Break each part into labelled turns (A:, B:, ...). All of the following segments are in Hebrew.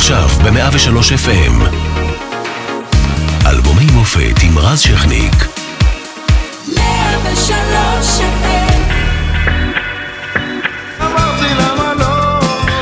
A: עכשיו ב-103 FM. אלבומי מופת עם רז שכניק.
B: 103 FM.
C: אמרתי למה לא.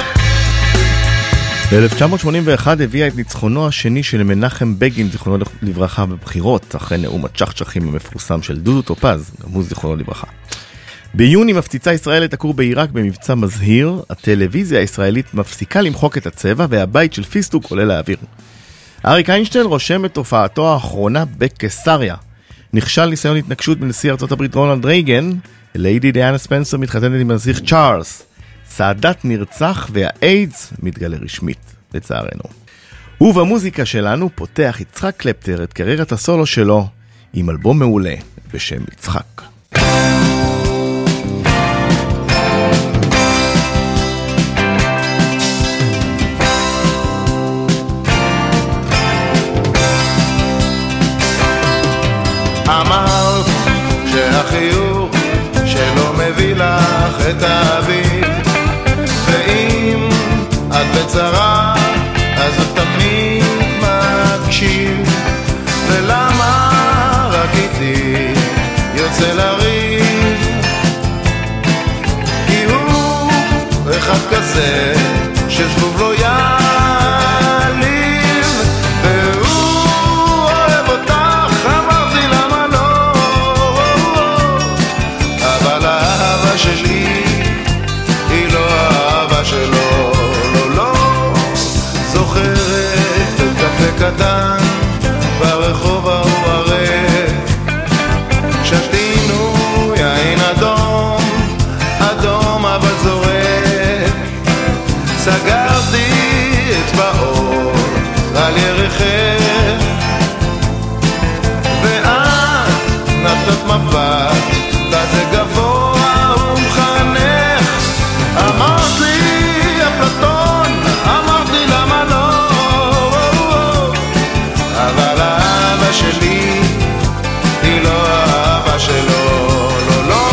D: ב-1981 הביאה את ניצחונו השני של מנחם בגין, זיכרונו לברכה, בבחירות, אחרי נאום הצ'חצ'חים המפורסם של דודו טופז, גם הוא זיכרונו לברכה. ביוני מפציצה ישראל את הכור בעיראק במבצע מזהיר, הטלוויזיה הישראלית מפסיקה למחוק את הצבע והבית של פיסטוק עולה לאוויר. אריק איינשטיין רושם את הופעתו האחרונה בקיסריה. נכשל ניסיון התנגשות בנשיא ארצות הברית רונלד רייגן, ליידי דיאנה ספנסר מתחתנת עם הנסיך צ'ארלס. סאדאת נרצח והאיידס מתגלה רשמית, לצערנו. ובמוזיקה שלנו פותח יצחק קלפטר את קריירת הסולו שלו עם אלבום מעולה בשם יצחק.
C: אמרת שהחיוך שלא מביא לך את האביב, ואם את בצרה אז הוא תמיד מקשיב. ולמה רק איתי יוצא לריב? כי הוא אחד כזה שזבוב לא יעליב, והוא אוהב אותך. אמרתי למה לא, אבל האהבה שלי היא לא האהבה שלו. לא, לא, זוכרת את קפה קטן ברחוב ההוא הריק, שתינו יין אדום, אדום אבל זורק. סגרתי אצבעות על ירכך, ואת נתת מבט כזה גבוה ומחנך. אמרת לי אפלטון, אמרתי למה לא, אבל האהבה שלי היא לא האהבה שלו. לא, לא.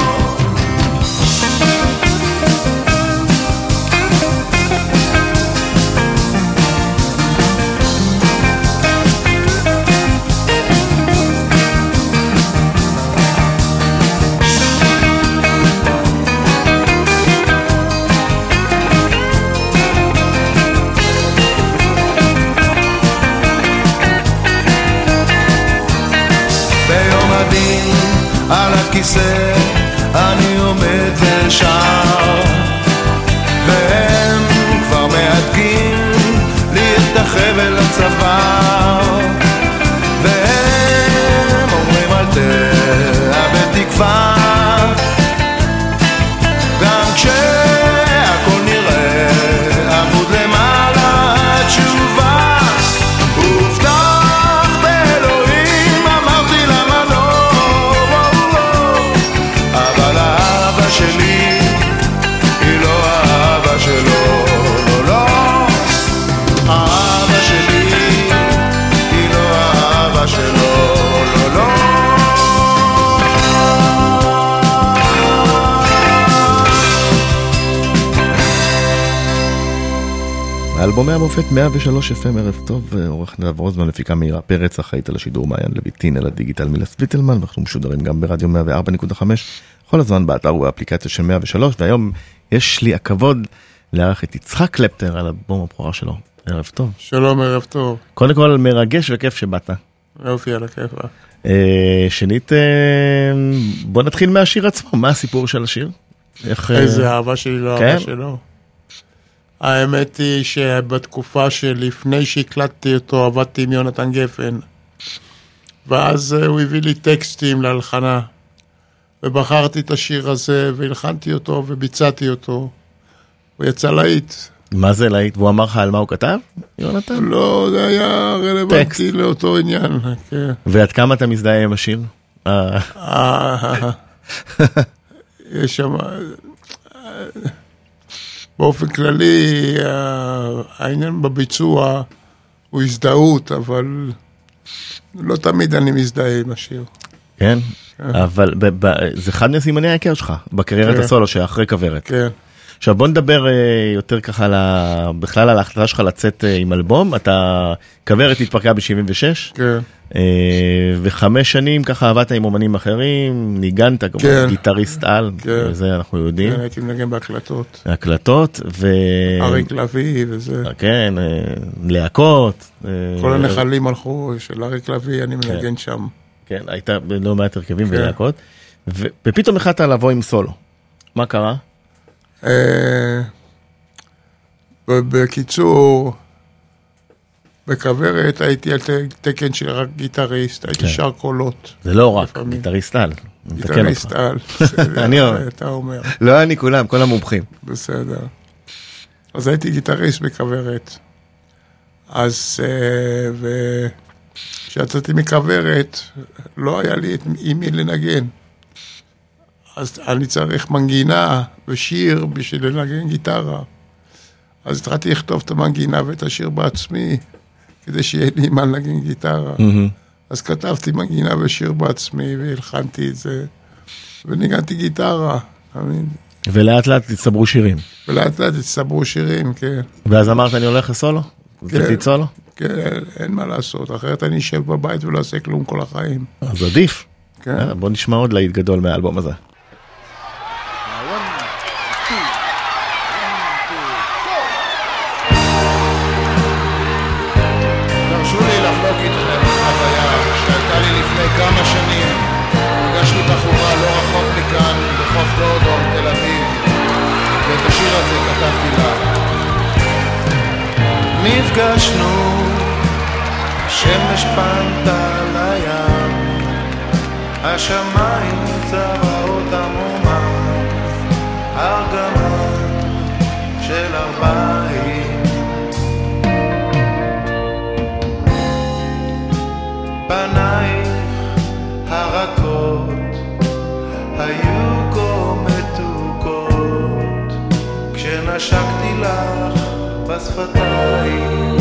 C: ביום הדין על הכיסא אני עומד ושר, והם כבר מהדקים לי את החבל לצוואר, והם אומרים אל תאבד תקווה, גם כשהכל נראה אבוד למעלה תשובה. הובטח באלוהים, אמרתי למה לא, אבל האהבה שלי היא לא האהבה שלו. לא, לא, האהבה שלי היא לא האהבה שלו. לא, לא.
D: אלבומי המופת 103 FM, ערב טוב, עורך נדב רוזמן, לפיקה מאירה פרץ, אחראית על השידור מעיין לויטין, על הדיגיטל מילה סוויטלמן, ואנחנו משודרים גם ברדיו 104.5, כל הזמן באתר ובאפליקציה של 103, והיום יש לי הכבוד לארח את יצחק קלפטר על אלבום הבכורה שלו. ערב טוב.
E: שלום, ערב טוב.
D: קודם כל מרגש וכיף שבאת.
E: יופי, על הכיף.
D: שנית, בוא נתחיל מהשיר עצמו, מה הסיפור של השיר?
E: איזה אהבה שלי לא
D: כן?
E: אהבה שלו. האמת היא שבתקופה שלפני שהקלטתי אותו עבדתי עם יונתן גפן, ואז הוא הביא לי טקסטים להלחנה, ובחרתי את השיר הזה והלחנתי אותו וביצעתי אותו. הוא יצא להיט.
D: מה זה להיט? והוא אמר לך על מה הוא כתב, יונתן?
E: לא, זה היה רלוונטי לאותו עניין. כן.
D: ועד כמה אתה מזדהה עם השיר?
E: יש שם... באופן כללי, העניין בביצוע הוא הזדהות, אבל לא תמיד אני מזדהה עם השיר.
D: כן? אבל זה אחד מסימני ההיכר שלך, בקריירת הסולו שאחרי כוורת.
E: כן.
D: עכשיו בוא נדבר יותר ככה בכלל על ההחלטה שלך לצאת עם אלבום. אתה כוורת התפרקה ב-76.
E: כן.
D: ו5 שנים ככה עבדת עם אומנים אחרים, ניגנת כמו גיטריסט על, זה אנחנו יודעים.
E: כן, הייתי מנגן בהקלטות.
D: הקלטות,
E: אריק לוי וזה.
D: כן, להקות.
E: כל הנחלים הלכו של אריק לוי, אני מנגן שם.
D: כן, היית בלא מעט הרכבים ולהקות. ופתאום החלטת לבוא עם סולו. מה קרה?
E: בקיצור, בכוורת הייתי על תקן של רק גיטריסט, הייתי שר קולות.
D: זה לא רק, גיטריסט על.
E: גיטריסט על, אתה אומר.
D: לא אני כולם, כל המומחים.
E: בסדר. אז הייתי גיטריסט בכוורת. אז, כשיצאתי מכוורת, לא היה לי עם מי לנגן. אז אני צריך מנגינה ושיר בשביל לנגן גיטרה. אז התחלתי לכתוב את המנגינה ואת השיר בעצמי, כדי שיהיה לי מה לנגן גיטרה. אז כתבתי מנגינה ושיר בעצמי, והלחנתי את זה, וניגנתי גיטרה.
D: ולאט לאט תצטברו שירים.
E: ולאט לאט תצטברו שירים, כן.
D: ואז אמרת אני הולך לסולו?
E: כן.
D: סולו?
E: כן, אין מה לעשות, אחרת אני אשב בבית ולא אעשה כלום כל החיים.
D: אז עדיף.
E: כן.
D: בוא נשמע עוד להיט גדול מהאלבום הזה.
C: תרשו לי לחלוק איתכם חוויה שהייתה לי לפני כמה שנים. פגשתי בחורה לא רחוק מכאן, בחוף דורדון, תל אביב, ואת השיר הזה כתבתי לה. נפגשנו, השמש פנתה לים, השמיים צבעות עמומה, ארגמן של 40. פנייך הרכות היו כה מתוקות, כשנשקתי לך בשפתיים.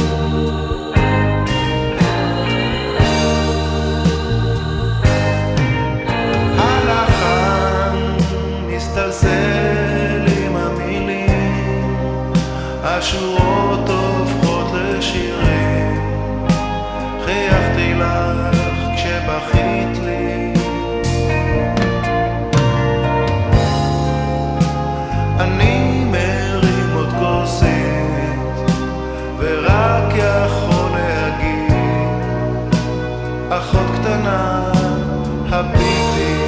C: הלחן מסתלסל עם המילים, השורות הופכות לשירים, חייכתי לך כשבכית לי. אני מרים עוד כוסית ורק יכול להגיד, אחות קטנה הביטי.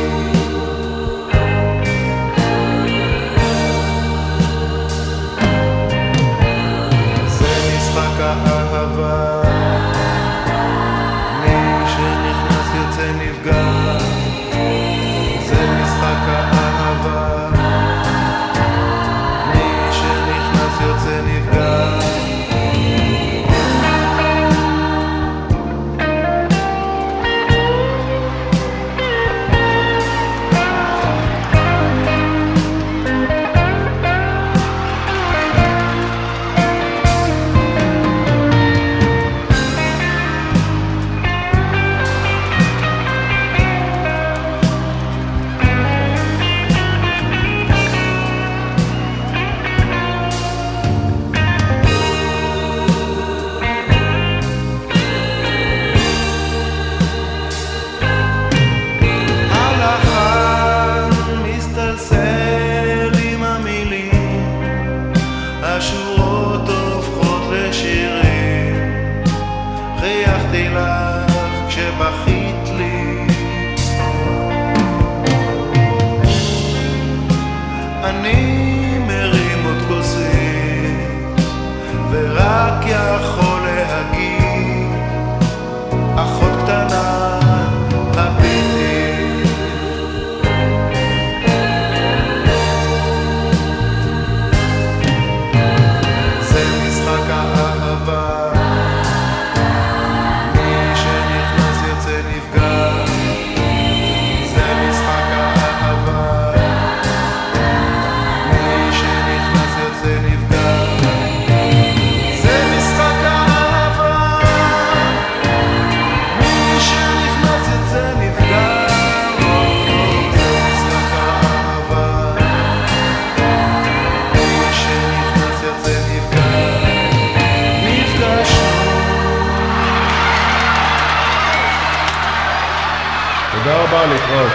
C: זה משחק האהבה, מי שנכנס יוצא נפגע. זה משחק האהבה, מי שנכנס יוצא נפגע. יוצא רבה, להתראות.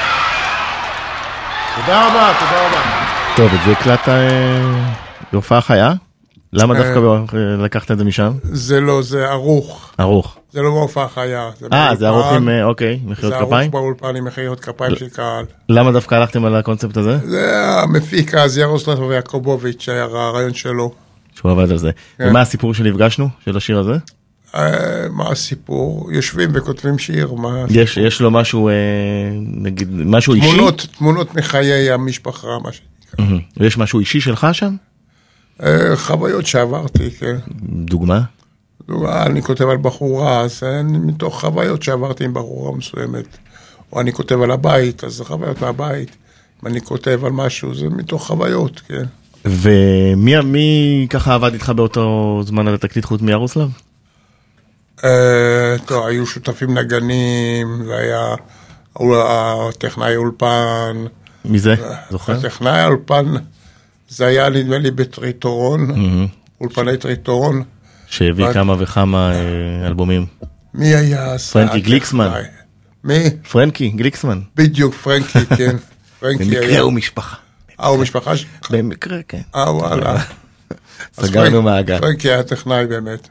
C: תודה רבה, תודה רבה.
D: טוב, את זה הקלטת בהופעה חיה? למה דווקא לקחת את זה משם?
E: זה לא, זה ערוך.
D: ערוך.
E: זה לא בהופעה חיה.
D: זה ערוך עם, אוקיי, מחיאות
E: זה
D: כפיים?
E: ערוך באולפן עם מחיאות כפיים של קהל.
D: למה דווקא הלכתם על הקונספט הזה?
E: זה המפיק אז ירוסלב יעקובוביץ', היה הרעיון שלו.
D: שהוא עבד על זה. ומה הסיפור שנפגשנו, של השיר הזה?
E: מה הסיפור? יושבים וכותבים שיר.
D: יש לו משהו, נגיד, משהו אישי?
E: תמונות מחיי המשפחה, מה שנקרא.
D: ויש משהו אישי שלך שם?
E: חוויות שעברתי, כן.
D: דוגמה?
E: אני כותב על בחורה, אז מתוך חוויות שעברתי עם בחורה מסוימת. או אני כותב על הבית, אז זה חוויות מהבית. אם אני כותב על משהו, זה מתוך חוויות, כן.
D: ומי ככה עבד איתך באותו זמן על התקליט חוץ מירוסלב?
E: טוב, היו שותפים נגנים, זה היה הטכנאי אולפן.
D: מי זה? זוכר?
E: הטכנאי אולפן, זה היה נדמה לי בטריטורון, אולפני טריטורון.
D: שהביא כמה וכמה אלבומים.
E: מי היה?
D: פרנקי גליקסמן.
E: מי?
D: פרנקי גליקסמן.
E: בדיוק, פרנקי, כן.
D: במקרה הוא משפחה.
E: הוא משפחה?
D: במקרה, כן.
E: וואלה.
D: סגרנו מעגל.
E: פרנקי היה טכנאי באמת.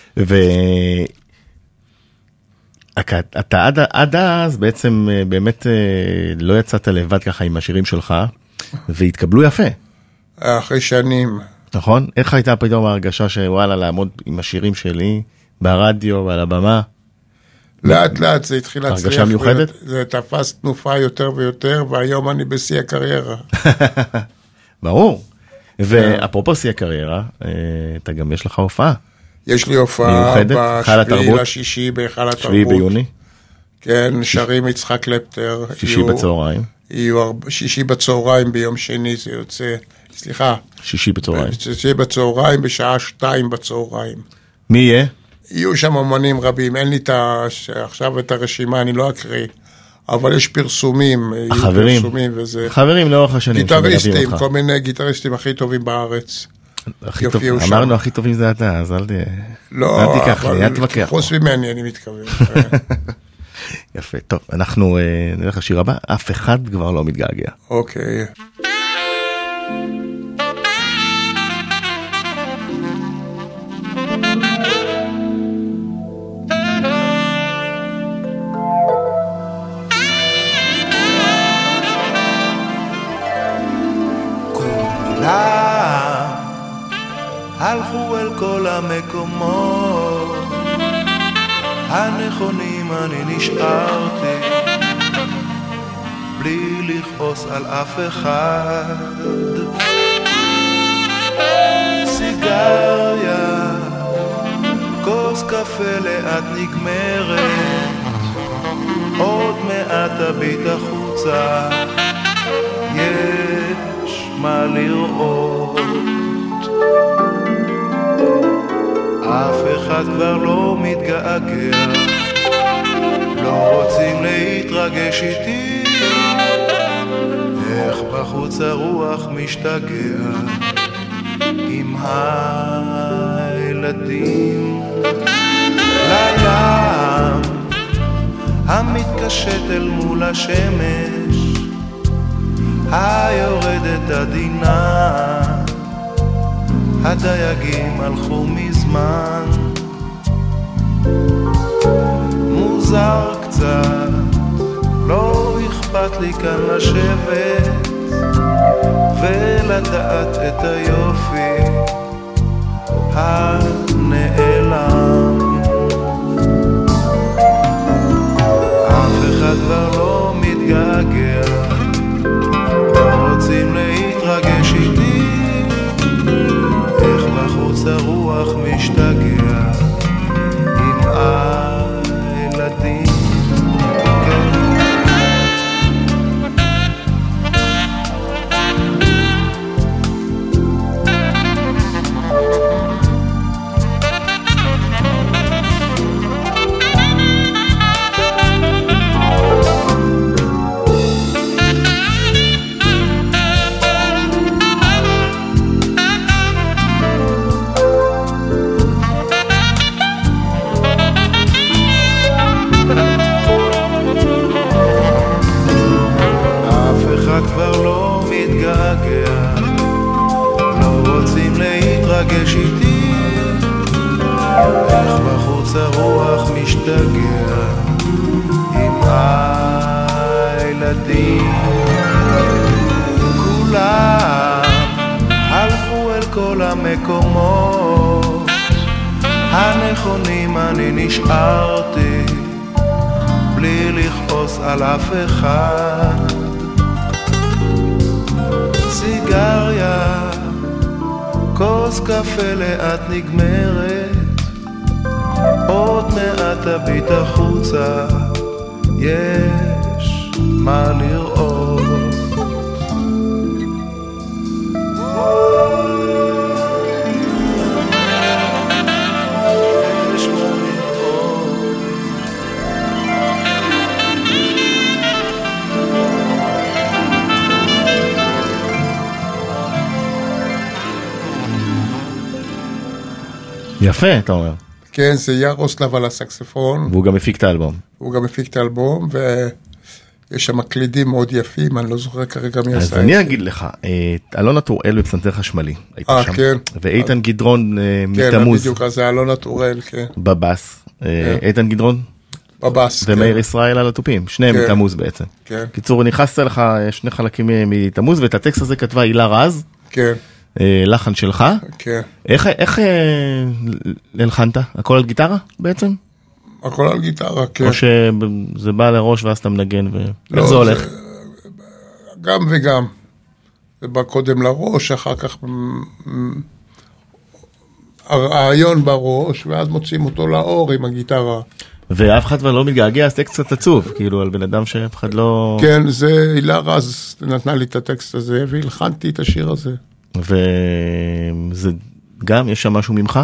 D: אתה עד אז בעצם באמת לא יצאת לבד ככה עם השירים שלך, והתקבלו יפה.
E: אחרי שנים.
D: נכון? איך הייתה פתאום ההרגשה שוואלה לעמוד עם השירים שלי ברדיו ועל הבמה?
E: לאט לאט זה התחיל להצליח.
D: הרגשה מיוחדת?
E: זה תפס תנופה יותר ויותר, והיום אני בשיא הקריירה.
D: ברור. ואפרופו שיא הקריירה, אתה גם יש לך הופעה.
E: יש לי הופעה ב7/6 בהיכל התרבות.
D: 7 ביוני.
E: כן, שרים יצחק קלפטר.
D: 6 בצהריים.
E: יהיו 6 בצהריים ביום שני, זה יוצא, סליחה.
D: 6 בצהריים.
E: 6 בצהריים בשעה 2 בצהריים.
D: מי יהיה?
E: יהיו שם אמנים רבים, אין לי עכשיו את הרשימה, אני לא אקריא. אבל יש פרסומים.
D: החברים. חברים לאורך השנים.
E: גיטריסטים, כל מיני גיטריסטים הכי טובים בארץ.
D: אמרנו הכי טובים זה אתה, אז אל תיקח לי, אל תתווכח.
E: חוץ ממני, אני מתכוון.
D: יפה, טוב, אנחנו נלך לשיר הבא, אף אחד כבר לא מתגעגע.
E: אוקיי.
F: הלכו אל כל המקומות הנכונים, אני נשארתי בלי לכעוס על אף אחד. סיגריה, כוס קפה לאט נגמרת, עוד מעט תביט החוצה, יש מה לראות. אף אחד כבר לא מתגעגע, לא רוצים להתרגש איתי, איך בחוץ הרוח משתגע עם הילדים. לים המתקשט אל מול השמש היורדת עדינה, הדייגים הלכו מזמן. מוזר קצת, לא אכפת לי כאן לשבת ולדעת את היופי הנעלם. אף אחד כבר לא מתגעגע, לא רוצים להתרגש איתי, איך בחוץ הרוח משתגע עם הילדים. ילדים. כולם הלכו אל כל המקומות הנכונים, אני נשארתי בלי לכעוס על אף אחד. סיגריה, כוס קפה לאט נגמרת, עוד מעט תביט החוצה, יש מה לראות. יש מה לראות.
D: יפה, אתה אומר.
E: כן, זה ירוסלב על הסקספון,
D: והוא גם הפיק את האלבום.
E: הוא גם הפיק את האלבום, ויש שם מקלידים מאוד יפים, אני לא זוכר כרגע מי עשה את זה.
D: אז אני אגיד לך, אלונה טוראל בפסנתר חשמלי, היית שם.
E: כן.
D: ואיתן גדרון
E: כן,
D: מתמוז.
E: בדיוק, אז זה אלונה טוראל, כן.
D: בבאס. איתן גדרון
E: בבאס, כן.
D: ומאיר ישראל על התופים, שניהם
E: כן.
D: מתמוז בעצם.
E: כן.
D: קיצור, נכנסת לך שני חלקים מתמוז, ואת הטקסט הזה כתבה הילה רז,
E: כן,
D: לחן שלך.
E: כן.
D: איך הלחנת? הכל על גיטרה בעצם?
E: הכל על גיטרה, כן.
D: או שזה בא לראש ואז אתה מנגן, ואיך
E: לא,
D: זה הולך?
E: גם וגם. זה בא קודם לראש, אחר כך הרעיון בראש, ואז מוצאים אותו לאור עם הגיטרה.
D: ואף אחד כבר לא מתגעגע, אז טקסט קצת עצוב, כאילו על בן אדם שאף אחד לא...
E: כן, זה הילה רז נתנה לי את הטקסט הזה, והלחנתי את השיר הזה.
D: וזה גם, יש שם משהו ממך?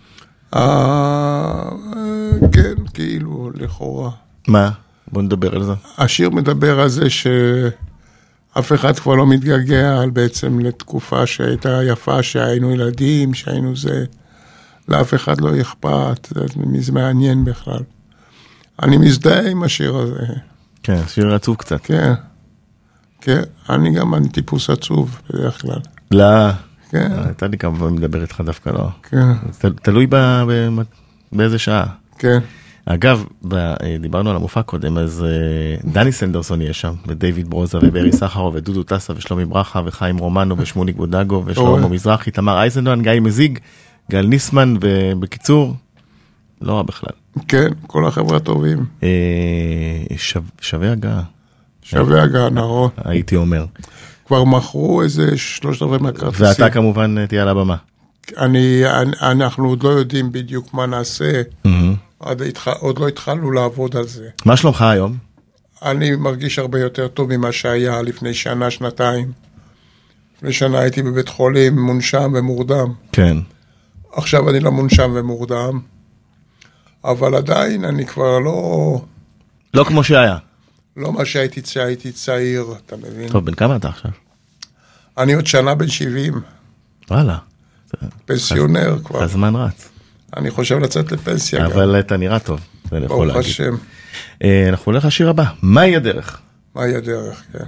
E: כן, כאילו, לכאורה.
D: מה? בוא נדבר על זה.
E: השיר מדבר על זה שאף אחד כבר לא מתגעגע על בעצם לתקופה שהייתה יפה, שהיינו ילדים, שהיינו זה. לאף אחד לא אכפת, מי זה מעניין בכלל. אני מזדהה עם השיר הזה.
D: כן, שיר עצוב קצת.
E: כן, כן, אני טיפוס עצוב בדרך כלל.
D: לא,
E: כן.
D: הייתה לי כמה פעמים מדבר איתך דווקא לא.
E: כן.
D: תלוי באיזה שעה.
E: כן.
D: אגב, דיברנו על המופע קודם, אז דני סנדרסון יהיה שם, ודייוויד ברוזה, וברי סחרוב, ודודו טסה, ושלומי ברכה, וחיים רומנו, ושמוניק בודגו, ושלמה מזרחי, תמר אייזנדון, גיא מזיג, גל ניסמן, ובקיצור, לא רע בכלל.
E: כן, כל החבר'ה טובים.
D: שווה הגעה.
E: שווה הגעה, נכון.
D: הייתי אומר.
E: כבר מכרו איזה 3/4 מהכרטיסים.
D: ואתה כמובן תהיה על הבמה.
E: אנחנו עוד לא יודעים בדיוק מה נעשה. עוד לא התחלנו לעבוד על זה.
D: מה שלומך היום?
E: אני מרגיש הרבה יותר טוב ממה שהיה לפני שנה, שנתיים. לפני שנה הייתי בבית חולים, מונשם ומורדם.
D: כן.
E: עכשיו אני לא מונשם ומורדם. אבל עדיין אני כבר
D: לא כמו שהיה.
E: לא מה שהייתי צעיר, אתה מבין?
D: טוב, בן כמה אתה עכשיו?
E: אני עוד שנה בן 70.
D: וואלה.
E: פנסיונר כבר.
D: הזמן רץ.
E: אני חושב לצאת לפנסיה גם.
D: אבל אתה נראה טוב.
E: ברוך השם.
D: אנחנו הולך לשיר הבא. מהי הדרך?
E: מהי הדרך, כן.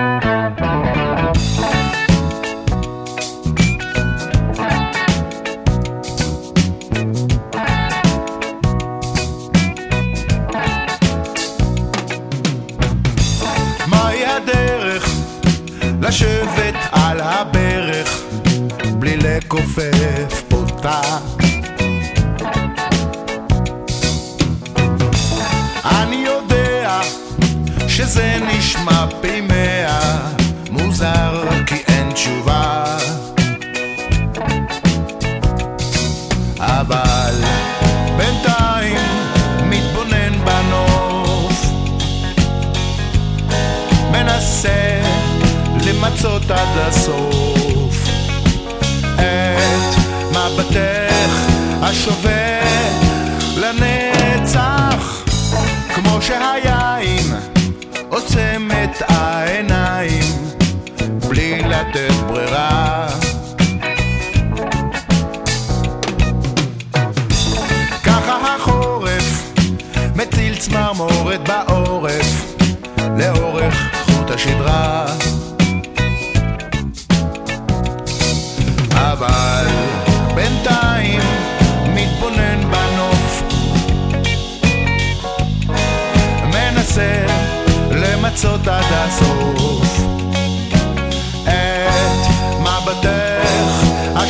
F: לשבת על הברך בלי לכופף אותה. אני יודע שזה נשמע פי 100 מוזר כי אין תשובה, אבל בינתיים מתבונן בנוף, מנסה למצות עד הסוף את מבטך השווה לנצח, כמו שהיין עוצם את העיניים בלי לתת ברירה. ככה החורף מטיל צמרמורת בעורף לאורך חוט השדרה, אבל בינתיים מתבונן בנוף, מנסה למצות עד הסוף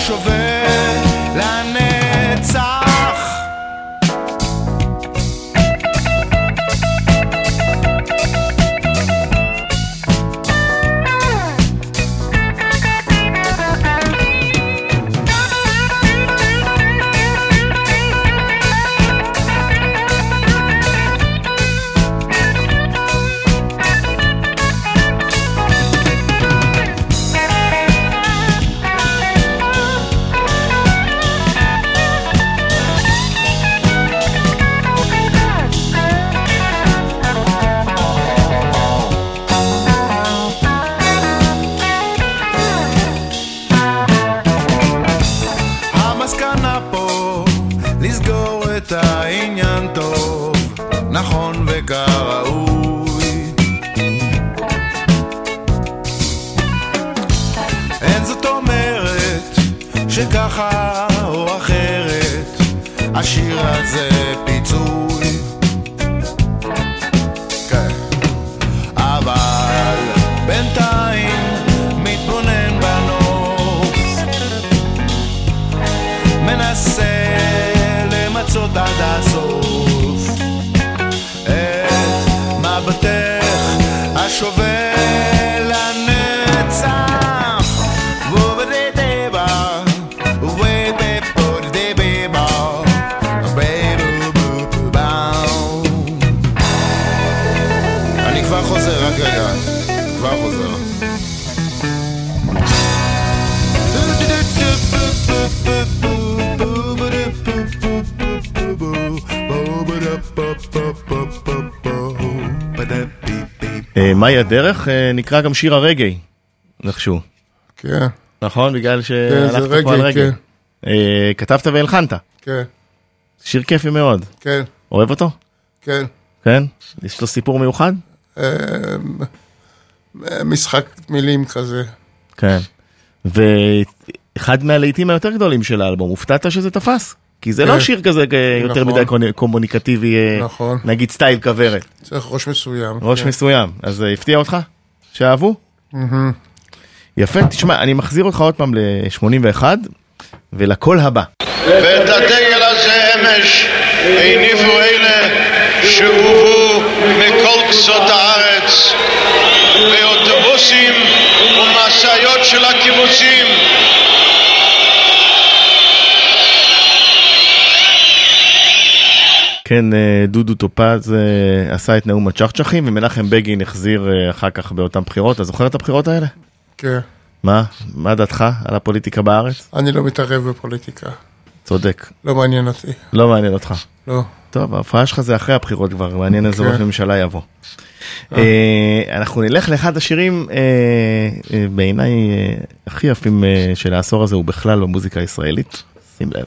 F: שובר לנצח. המסקנה פה לסגור את העניין טוב, נכון וכראוי. אין זאת אומרת שככה או אחרת השיר הזה פיצוי, כן. אבל בינתיים מתבונן בנוף, מנסה למצות עד הסוף את מבטך השובר לנצח. ובדדבה ובדדבה אני כבר חוזר, רק רגע, כבר חוזר.
D: מהי הדרך? נקרא גם שיר הרגעי, נחשו.
E: כן,
D: נכון? בגלל
E: זה
D: שהלכת פה על
E: רגעי,
D: רגעי. כתבת והלחנת.
E: כן,
D: שיר כיפי מאוד.
E: כן,
D: אוהב אותו?
E: כן.
D: כן? יש לו סיפור מיוחד?
E: משחק מילים כזה.
D: כן. ואחד מהלהיטים היותר גדולים של האלבום, הופתעת שזה תפס? כי זה לא שיר כזה יותר מדי קומוניקטיבי,
E: נכון.
D: נגיד סטייל כברת.
E: צריך ראש מסוים.
D: ראש מסוים. אז הפתיע אותך? שאהבו? יפה, תשמע, אני מחזיר אותך עוד פעם ל-81 ולקול הבא.
G: ואת הדגל הזה אמש הניפו אלה שהובאו מכל קצות הארץ באוטובוסים ומשאיות של הקיבוצים.
D: כן, דודו טופז עשה את נאום הצ'חצ'חים, ומנחם בגין החזיר אחר כך באותן בחירות. אתה זוכר את הבחירות האלה?
E: כן.
D: מה דעתך על הפוליטיקה בארץ?
E: אני לא מתערב בפוליטיקה.
D: צודק.
E: לא מעניין אותי.
D: לא מעניין אותך.
E: לא.
D: טוב, ההופעה שלך זה אחרי הבחירות כבר, מעניין איזה ראש ממשלה יבוא. אנחנו נלך לאחד השירים בעיניי הכי יפים של העשור הזה, הוא בכלל במוזיקה הישראלית. שים לב.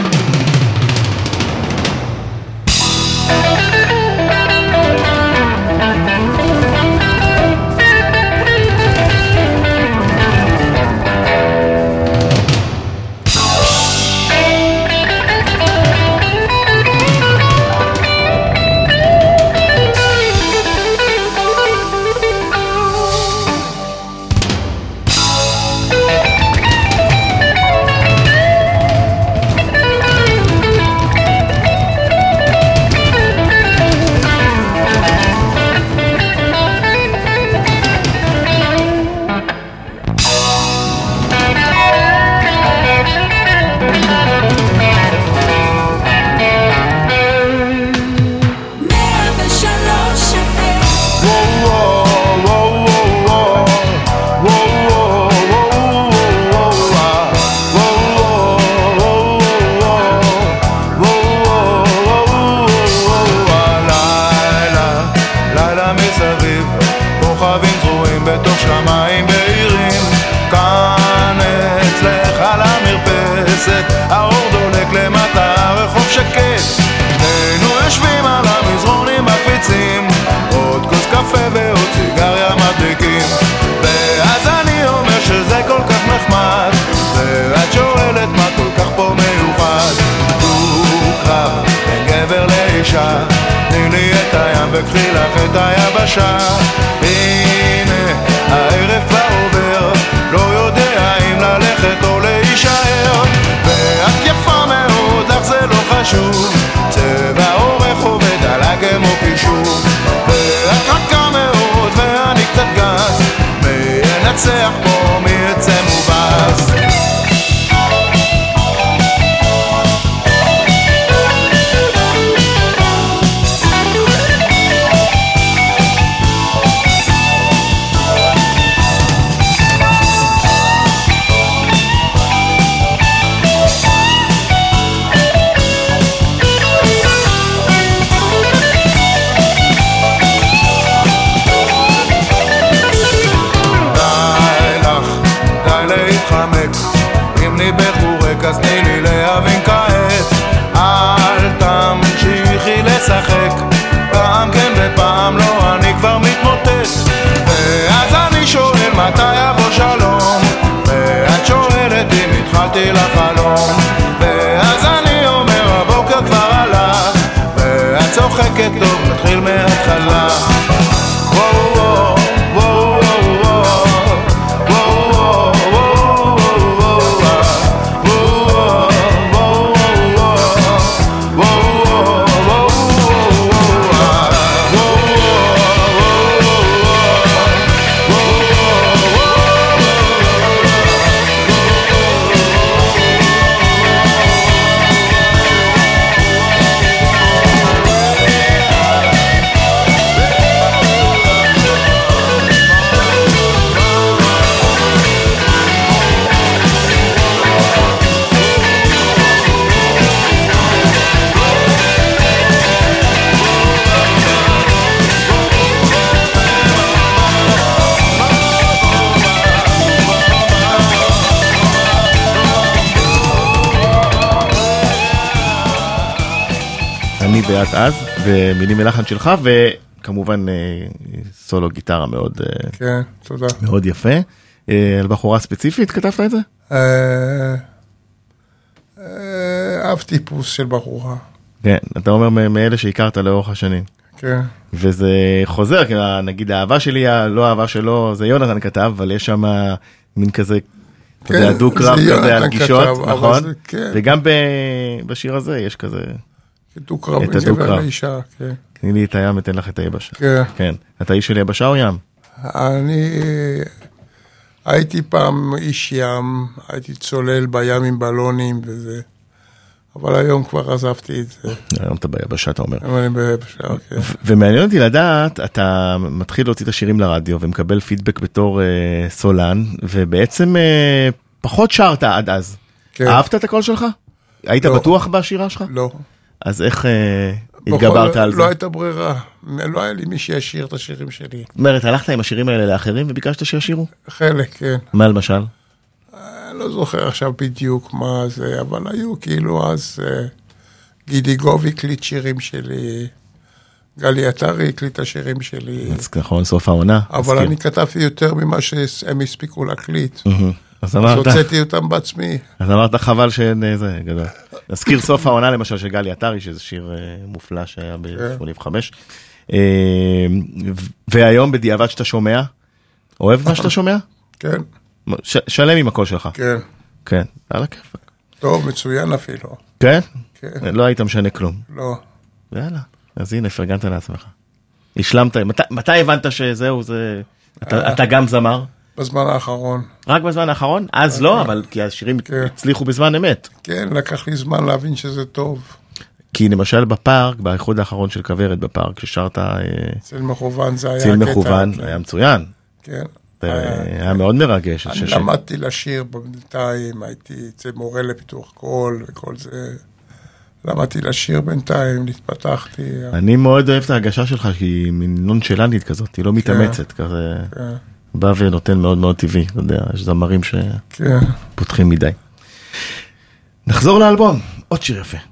F: וקחי לך את היבשה. הנה הערב כבר עובר, לא יודע אם ללכת או להישאר. חזרתי לחלום, ואז אני אומר הבוקר כבר עלה, ואת צוחקת טוב, נתחיל מההתחלה.
D: אני ואת אז, ומילים מלחן שלך, וכמובן סולו גיטרה מאוד,
E: כן, תודה.
D: מאוד יפה. על בחורה ספציפית כתבת את זה?
E: אב טיפוס של בחורה.
D: כן, אתה אומר מאלה שהכרת לאורך השנים.
E: כן.
D: וזה חוזר, כי נגיד האהבה שלי, לא האהבה שלו, זה יונתן כתב, אבל יש שם מין כזה, אתה יודע, דו-קרב כזה על גישות, נכון? וגם בשיר הזה יש כזה...
E: דו-קרב בין גבר לאישה, כן.
D: תני לי את הים, אתן לך את היבשה.
E: כן.
D: כן. אתה איש של יבשה או ים?
E: אני הייתי פעם איש ים, הייתי צולל בים עם בלונים וזה, אבל היום כבר עזבתי את זה.
D: היום אתה ביבשה, אתה אומר.
E: אני ביבשה, כן.
D: ומעניין אותי לדעת, אתה מתחיל להוציא את השירים לרדיו, ומקבל פידבק בתור סולן, ובעצם פחות שרת עד אז.
E: כן.
D: אהבת את הקול שלך? היית בטוח בשירה שלך?
E: לא.
D: אז איך התגברת על זה?
E: לא הייתה ברירה, לא היה לי מי שישיר את השירים שלי.
D: זאת אומרת, הלכת עם השירים האלה לאחרים וביקשת שישירו?
E: חלק, כן.
D: מה למשל?
E: אני לא זוכר עכשיו בדיוק מה זה, אבל היו כאילו אז גידי גוב הקליט שירים שלי, גלי עטרי הקליט השירים שלי.
D: אז נכון, סוף העונה.
E: אבל אני כתבתי יותר ממה שהם הספיקו להקליט.
D: אז
E: הוצאתי אותם בעצמי.
D: אז אמרת חבל שזה גדול. נזכיר סוף העונה למשל של גלי עטרי, שזה שיר מופלא שהיה ב-85. והיום בדיעבד שאתה שומע, אוהב מה שאתה שומע?
E: כן.
D: שלם עם הקול שלך.
E: כן.
D: כן, על הכיפק.
E: טוב, מצוין אפילו.
D: כן?
E: כן.
D: לא היית משנה כלום.
E: לא.
D: יאללה, אז הנה, פרגנת לעצמך. השלמת, מתי הבנת שזהו, אתה גם זמר?
E: בזמן האחרון.
D: רק בזמן האחרון? אז לא, אבל כי השירים הצליחו בזמן אמת.
E: כן, לקח לי זמן להבין שזה טוב.
D: כי למשל בפארק, באיחוד האחרון של כוורת בפארק, ששרת...
E: צל מכוון זה היה...
D: צל מכוון, היה מצוין.
E: כן.
D: היה מאוד מרגש.
E: אני למדתי לשיר בינתיים, הייתי אצל מורה לפיתוח קול וכל זה. למדתי לשיר בינתיים, התפתחתי.
D: אני מאוד אוהב את ההרגשה שלך, כי היא מין נונשלנטית כזאת, היא לא מתאמצת, כזה... בא ונותן מאוד מאוד טבעי, אתה יודע, יש זמרים שפותחים מדי. נחזור לאלבום, עוד שיר יפה.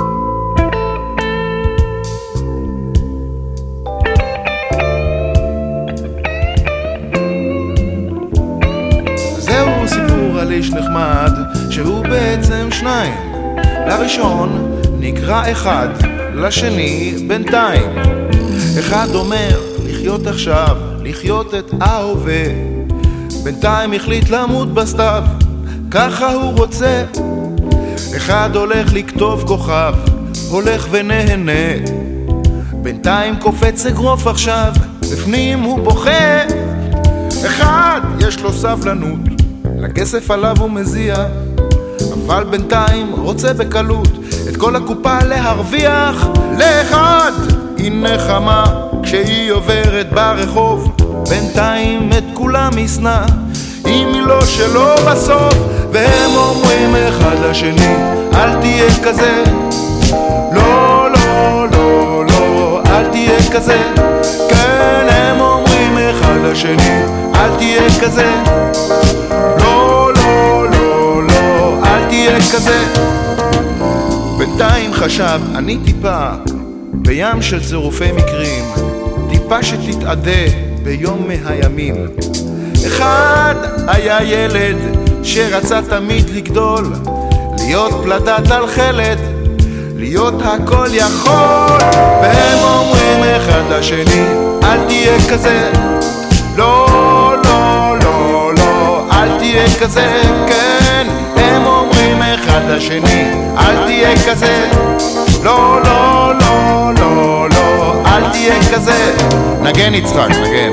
F: זהו סיפור על איש נחמד, שהוא בעצם שניים. לראשון נקרא אחד, לשני בינתיים. אחד אומר לחיות עכשיו, לחיות את ההווה, בינתיים החליט למות בסתיו, ככה הוא רוצה. אחד הולך לכתוב כוכב, הולך ונהנה, בינתיים קופץ אגרוף עכשיו, בפנים הוא בוכה. אחד יש לו סבלנות, לכסף עליו הוא מזיע, אבל בינתיים רוצה בקלות את כל הקופה להרוויח. לאחד היא נחמה כשהיא עוברת ברחוב, בינתיים את כולם ישנא, אם היא לא שלו בסוף. והם אומרים אחד לשני, אל תהיה כזה, לא, לא, לא, לא, אל תהיה כזה. כן, הם אומרים אחד לשני, אל תהיה כזה, לא, לא, לא, לא, אל תהיה כזה. בינתיים חשב, אני טיפה בים של צירופי מקרים, טיפה שתתעדה ביום מהימים. אחד היה ילד שרצה תמיד לגדול, להיות פלדת על חלד, להיות הכל יכול. והם אומרים אחד לשני, אל תהיה כזה, לא, לא, לא, לא, אל תהיה כזה, כן. הם אומרים אחד לשני, אל תהיה כזה, לא, לא, לא, לא, לא, אל תהיה כזה. נגן יצחק, נגן.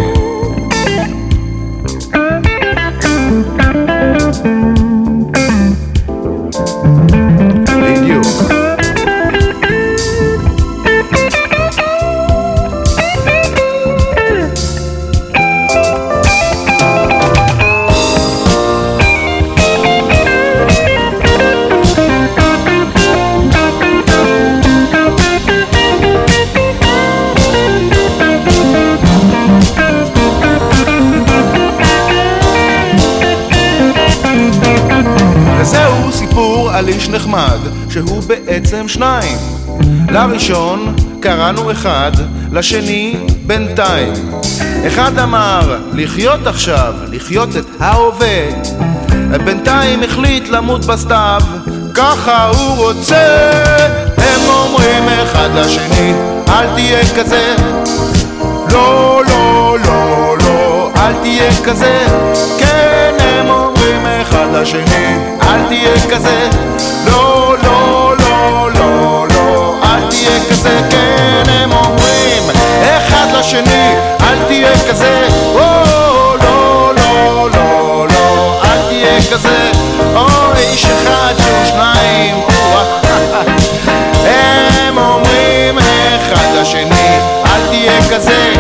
F: בדיוק. וזהו סיפור על איש נחמד שהוא בעצם שניים. לראשון קראנו אחד, לשני בינתיים. אחד אמר לחיות עכשיו, לחיות את ההווה, בינתיים החליט למות בסתיו, ככה הוא רוצה. הם אומרים אחד לשני, אל תהיה כזה, לא, לא, לא, לא, אל תהיה כזה, כן. הם אומרים אחד לשני, אל תהיה כזה, לא, לא, לא, לא, לא, אל תהיה כזה, כן. הם אומרים אחד לשני, אל תהיה כזה, או, לא, לא, לא, לא, אל תהיה כזה, או, איש אחד שהוא שניים, הם אומרים אחד לשני, אל תהיה כזה.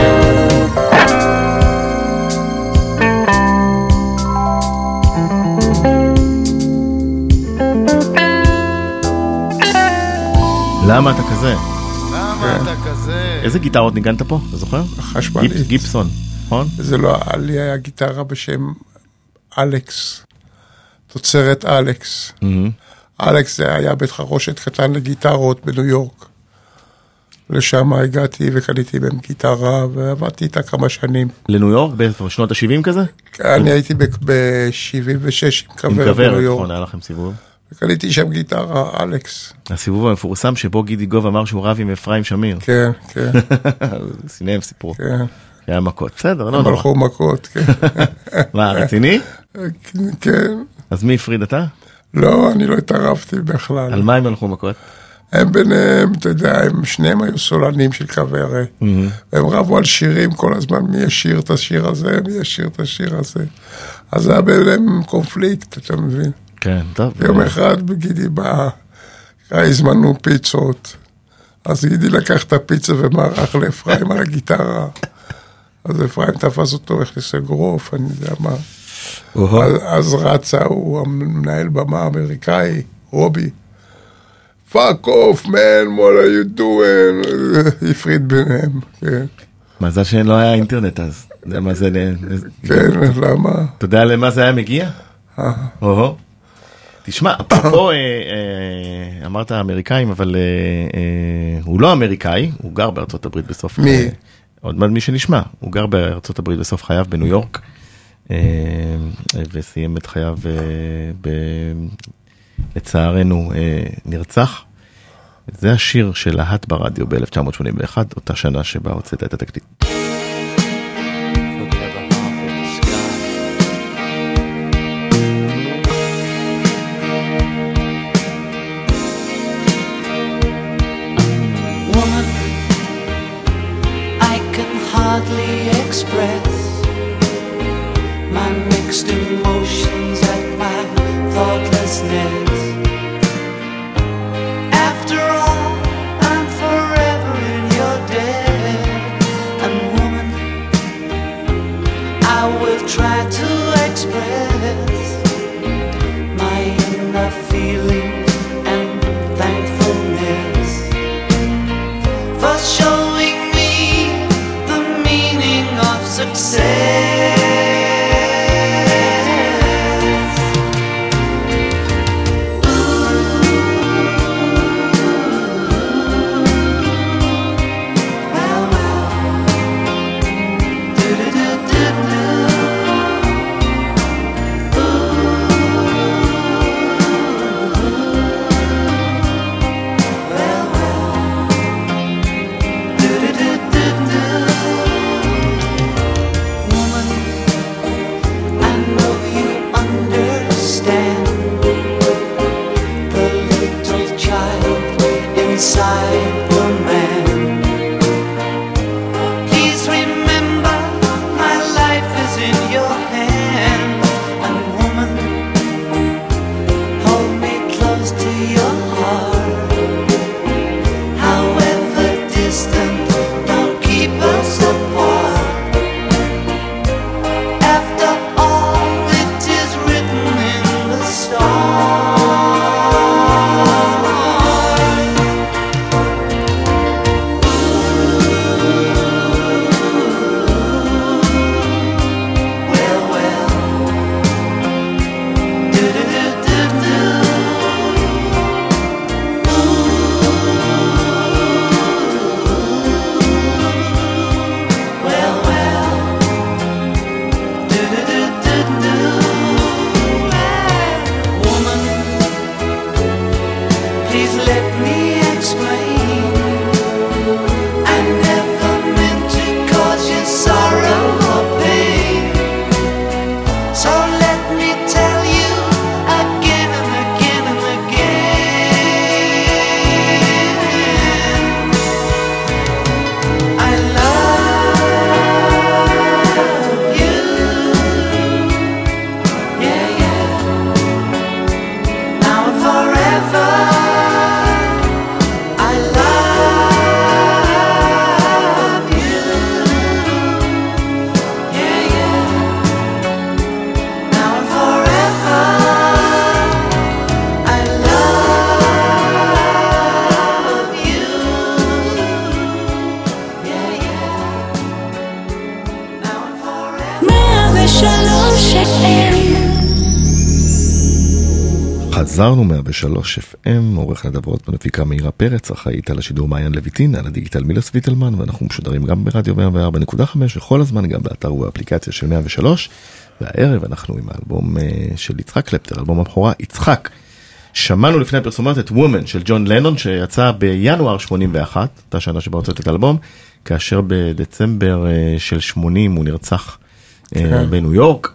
D: למה אתה כזה?
F: למה אתה כזה?
D: איזה גיטרות ניגנת פה? אתה זוכר?
E: חשמלית.
D: גיפסון, נכון?
E: זה לא, לי היה גיטרה בשם אלכס, תוצרת אלכס. אלכס זה היה בית חרושת קטן לגיטרות בניו יורק. לשם הגעתי וקניתי בהם גיטרה ועבדתי איתה כמה שנים.
D: לניו יורק? בשנות ה-70 כזה?
E: אני הייתי ב-76 עם כבר בניו יורק.
D: נכון, היה לכם סיבוב.
E: וקניתי שם גיטרה, אלכס.
D: הסיבוב המפורסם שבו גידי גוב אמר שהוא רב עם אפרים שמיר.
E: כן, כן.
D: סינם סיפור.
E: כן.
D: היה מכות, בסדר, לא
E: נורא. הם הלכו מכות, כן.
D: מה, רציני?
E: כן.
D: אז מי הפריד אתה?
E: לא, אני לא התערבתי בכלל.
D: על מה הם הלכו מכות?
E: הם ביניהם, אתה יודע, הם שניהם היו סולנים של כברה. והם רבו על שירים כל הזמן, מי ישיר את השיר הזה, מי ישיר את השיר הזה. אז היה ביניהם קונפליקט, אתה מבין?
D: כן, טוב.
E: יום אחד בגידי בא, הזמנו פיצות, אז גידי לקח את הפיצה ומערך לאפרים על הגיטרה. אז אפרים תפס אותו, הכניס אגרוף, אני יודע מה. אז רצה, הוא המנהל במה האמריקאי, רובי. Fuck off, man, what are you doing? הפריד ביניהם, כן.
D: מזל שלא היה אינטרנט אז. מה זה...
E: כן, למה?
D: אתה יודע למה זה היה מגיע? תשמע, פה אמרת אמריקאים, אבל הוא לא אמריקאי, הוא גר בארצות הברית בסוף...
E: מי?
D: עוד מעט מי שנשמע, הוא גר בארצות הברית בסוף חייו בניו יורק, וסיים את חייו, לצערנו, נרצח. זה השיר של להט ברדיו ב-1981, אותה שנה שבה הוצאת את התקליט.
B: Hardly express my mixed emotions at my thoughtlessness. After all, I'm forever in your debt. And woman, I will try to express my inner feelings and thankfulness for showing success. inside the man. Please remember my life is in your hands. And woman, hold me close to your heart. However distant, don't keep us apart. After all, it is written in the stars. Well, well, do-do-do-do-do. Well, well, do-do-do-do-do. Woman, please let me explain. I never meant to cause you sorrow or pain. So let me tell you again and again and again. I love you. Yeah, yeah. Now and forever. I love you. Yeah, yeah. Now and forever. I love you. Yeah, yeah. Now and forever.
H: 103 FM.
D: חזרנו 103 FM, עורך נדבות בנפיקה מאירה פרץ, אחראית על השידור מעיין לויטין, על הדיגיטל מילס ויטלמן, ואנחנו משודרים גם ברדיו 104.5, וכל הזמן גם באתר ובאפליקציה של 103, והערב אנחנו עם האלבום של יצחק קלפטר, אלבום הבכורה יצחק. שמענו לפני הפרסומות את וומן של ג'ון לנון, שיצא בינואר 81, אותה שנה שבה הוצאת את האלבום, כאשר בדצמבר של 80 הוא נרצח בניו יורק.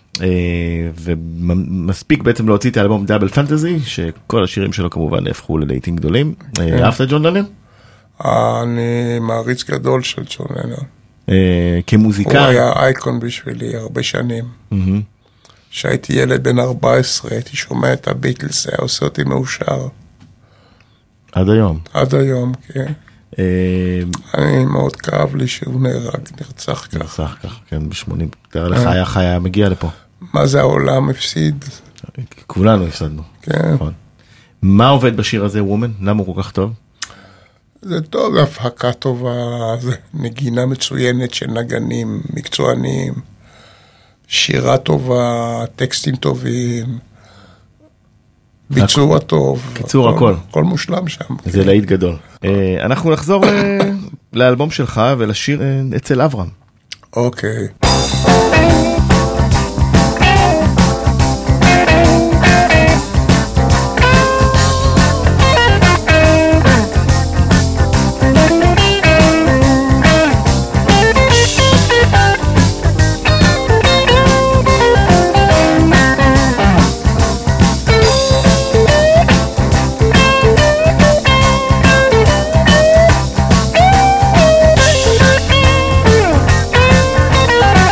D: ומספיק בעצם להוציא את האלבום דאבל פנטזי, שכל השירים שלו כמובן הפכו ללהיטים גדולים. אהבת את ג'ון לנון?
E: אני מעריץ גדול של ג'ון לנון. הוא
D: כמוזיקאי?
E: היה אייקון בשבילי הרבה שנים. כשהייתי ילד בן 14, הייתי שומע את הביטלס, היה עושה אותי מאושר.
D: עד היום?
E: עד היום, כן. אני מאוד כאב לי שהוא נרצח כך.
D: נרצח כך, כן, ב-80. תראה לך, היה חיה מגיע לפה.
E: מה זה העולם הפסיד?
D: כולנו הפסדנו.
E: כן.
D: מה עובד בשיר הזה, וומן? למה הוא כל כך טוב?
E: זה טוב, הפקה טובה, זה נגינה מצוינת של נגנים מקצוענים, שירה טובה, טקסטים טובים, ביצוע טוב.
D: קיצור הכל.
E: הכל מושלם שם.
D: זה להיט גדול. אנחנו נחזור לאלבום שלך ולשיר אצל אברהם.
E: אוקיי.
H: Thank you.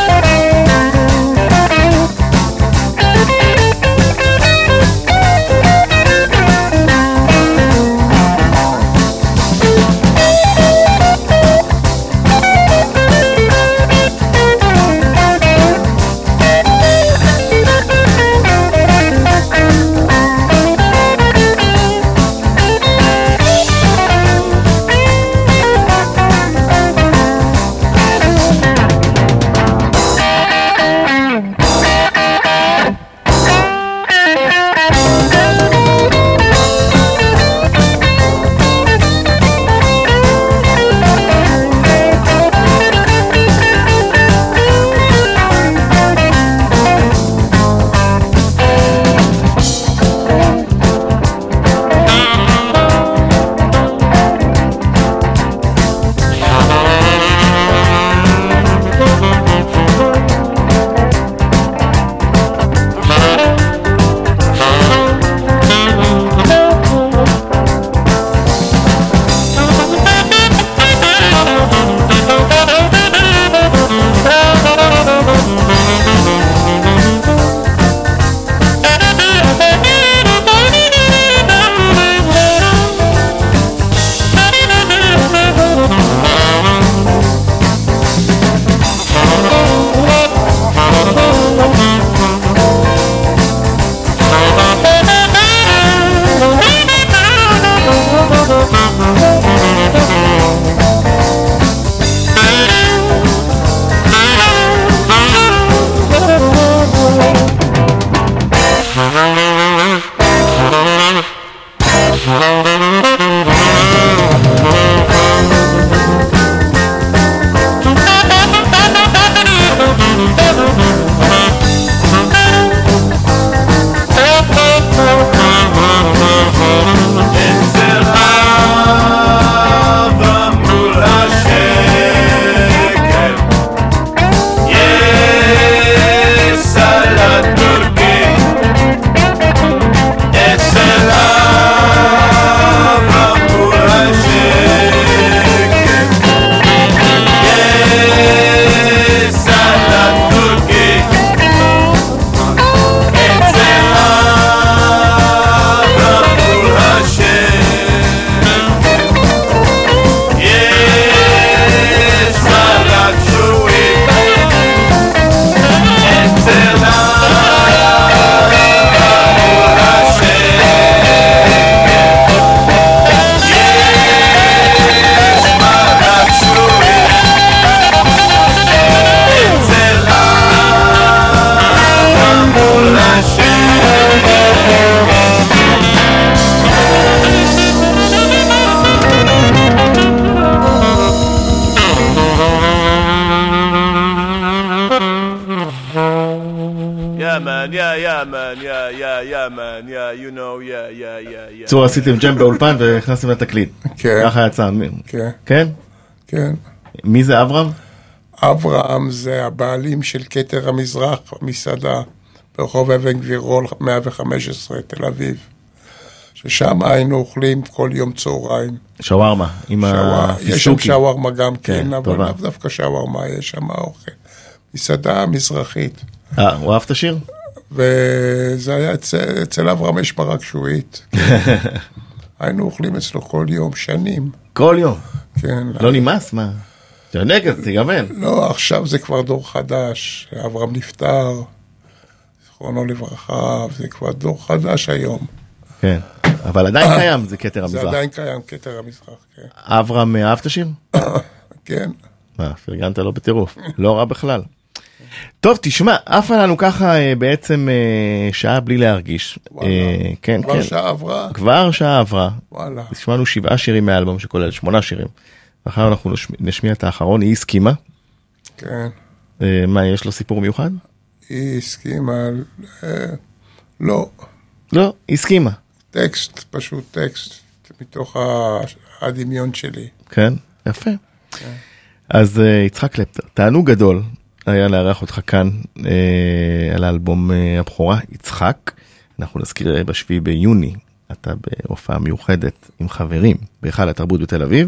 I: man, yeah, you know, yeah.
D: צור, עשיתם ג'ם באולפן והכנסתם לתקליט.
E: כן.
D: ככה יצא.
E: כן.
D: כן?
E: כן.
D: מי זה אברהם?
E: אברהם זה הבעלים של כתר המזרח, מסעדה, ברחוב אבן גבירול 115, תל אביב. ששם היינו אוכלים כל יום צהריים.
D: שווארמה, עם הפיסוקים.
E: יש שם שווארמה גם כן,
D: כן,
E: אבל
D: טובה.
E: לאו דווקא שווארמה, יש שם אוכל. מסעדה מזרחית.
D: הוא אהב את השיר?
E: וזה היה אצל אברהם יש מרק שועית. היינו אוכלים אצלו כל יום, שנים.
D: כל יום?
E: כן.
D: לא נמאס? מה? תענג, תיגמל.
E: לא, עכשיו זה כבר דור חדש. אברהם נפטר, זכרונו לברכה, זה כבר דור חדש היום.
D: כן, אבל עדיין קיים, זה כתר המזרח.
E: זה עדיין קיים, כתר המזרח, כן.
D: אברהם אהב את השיר?
E: כן.
D: מה, פרגנת לו בטירוף. לא רע בכלל. טוב, תשמע, עפה לנו ככה בעצם שעה בלי להרגיש. כן,
E: כבר
D: כן.
E: שעה עברה?
D: כבר שעה עברה.
E: וואלה.
D: שמענו 7 שירים מהאלבום שכולל 8 שירים. ואחר אנחנו נשמיע את האחרון, היא הסכימה.
E: כן.
D: מה, יש לו סיפור מיוחד?
E: היא הסכימה, לא.
D: לא, היא הסכימה.
E: טקסט, פשוט טקסט, מתוך הדמיון שלי.
D: כן, יפה. אז יצחק קלפטר, תענוג גדול היה לארח אותך כאן על האלבום הבכורה, יצחק. אנחנו נזכיר ב7 ביוני, אתה בהופעה מיוחדת עם חברים בהיכל התרבות בתל אביב.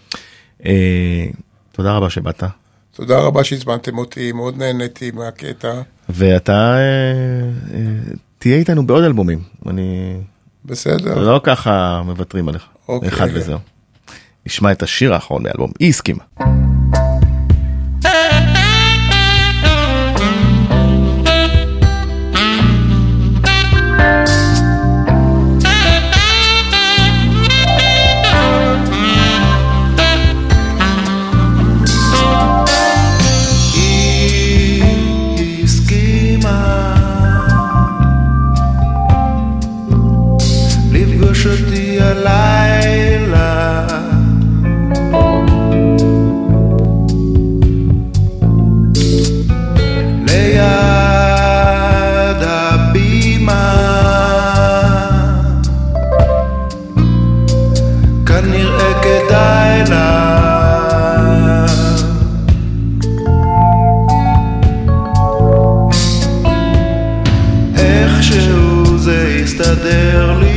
D: תודה רבה שבאת.
E: תודה רבה שהזמנתם אותי, מאוד נהניתי מהקטע.
D: ואתה תהיה איתנו בעוד אלבומים.
E: בסדר.
D: לא ככה מוותרים עליך.
E: אוקיי.
D: אחד וזהו. נשמע את השיר האחרון מאלבום, היא הסכימה.
F: אותי הלילה ליד הבימה כנראה כדאי לה איכשהו זה יסתדר לי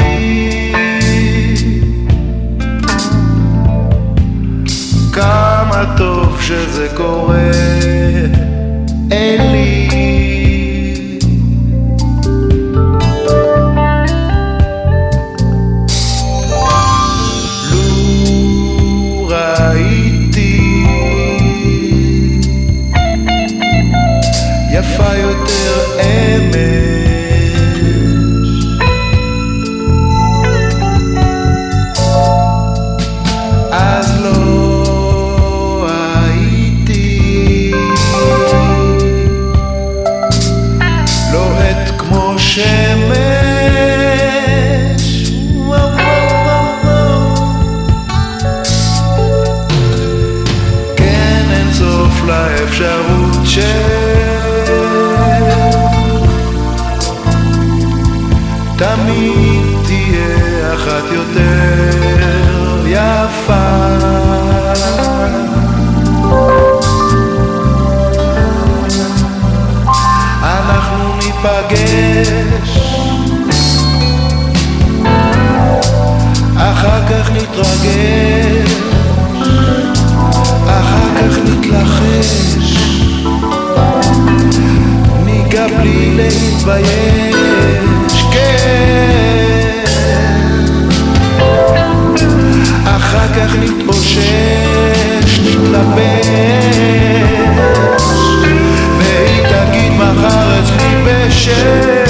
F: כמה טוב שזה קורה אין לי לו ראיתי יפה יותר אמש אז לא שמש כן אין סוף לאפשרות תמיד תהיה אחת יותר יפה אנחנו ניפגש אחר כך נתרגש אחר כך נתלחש ניגע בלי להתבייש כן אחר כך נתאושש נתלבש והיא תגיד מחר אצלי בשש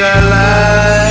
F: alive.